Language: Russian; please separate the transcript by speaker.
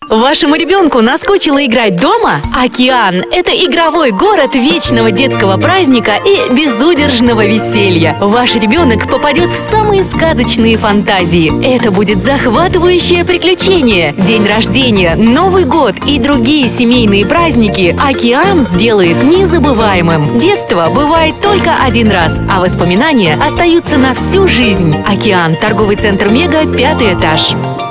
Speaker 1: Вашему ребенку наскучило играть дома? Океан – это игровой город вечного детского праздника и безудержного веселья. Ваш ребенок попадет в самые сказочные фантазии. Это будет захватывающее приключение. День рождения, Новый год и другие семейные праздники Океан сделает незабываемым. Детство бывает только один раз, а воспоминания остаются на всю жизнь. Океан, торговый центр «Мега», 5-й этаж.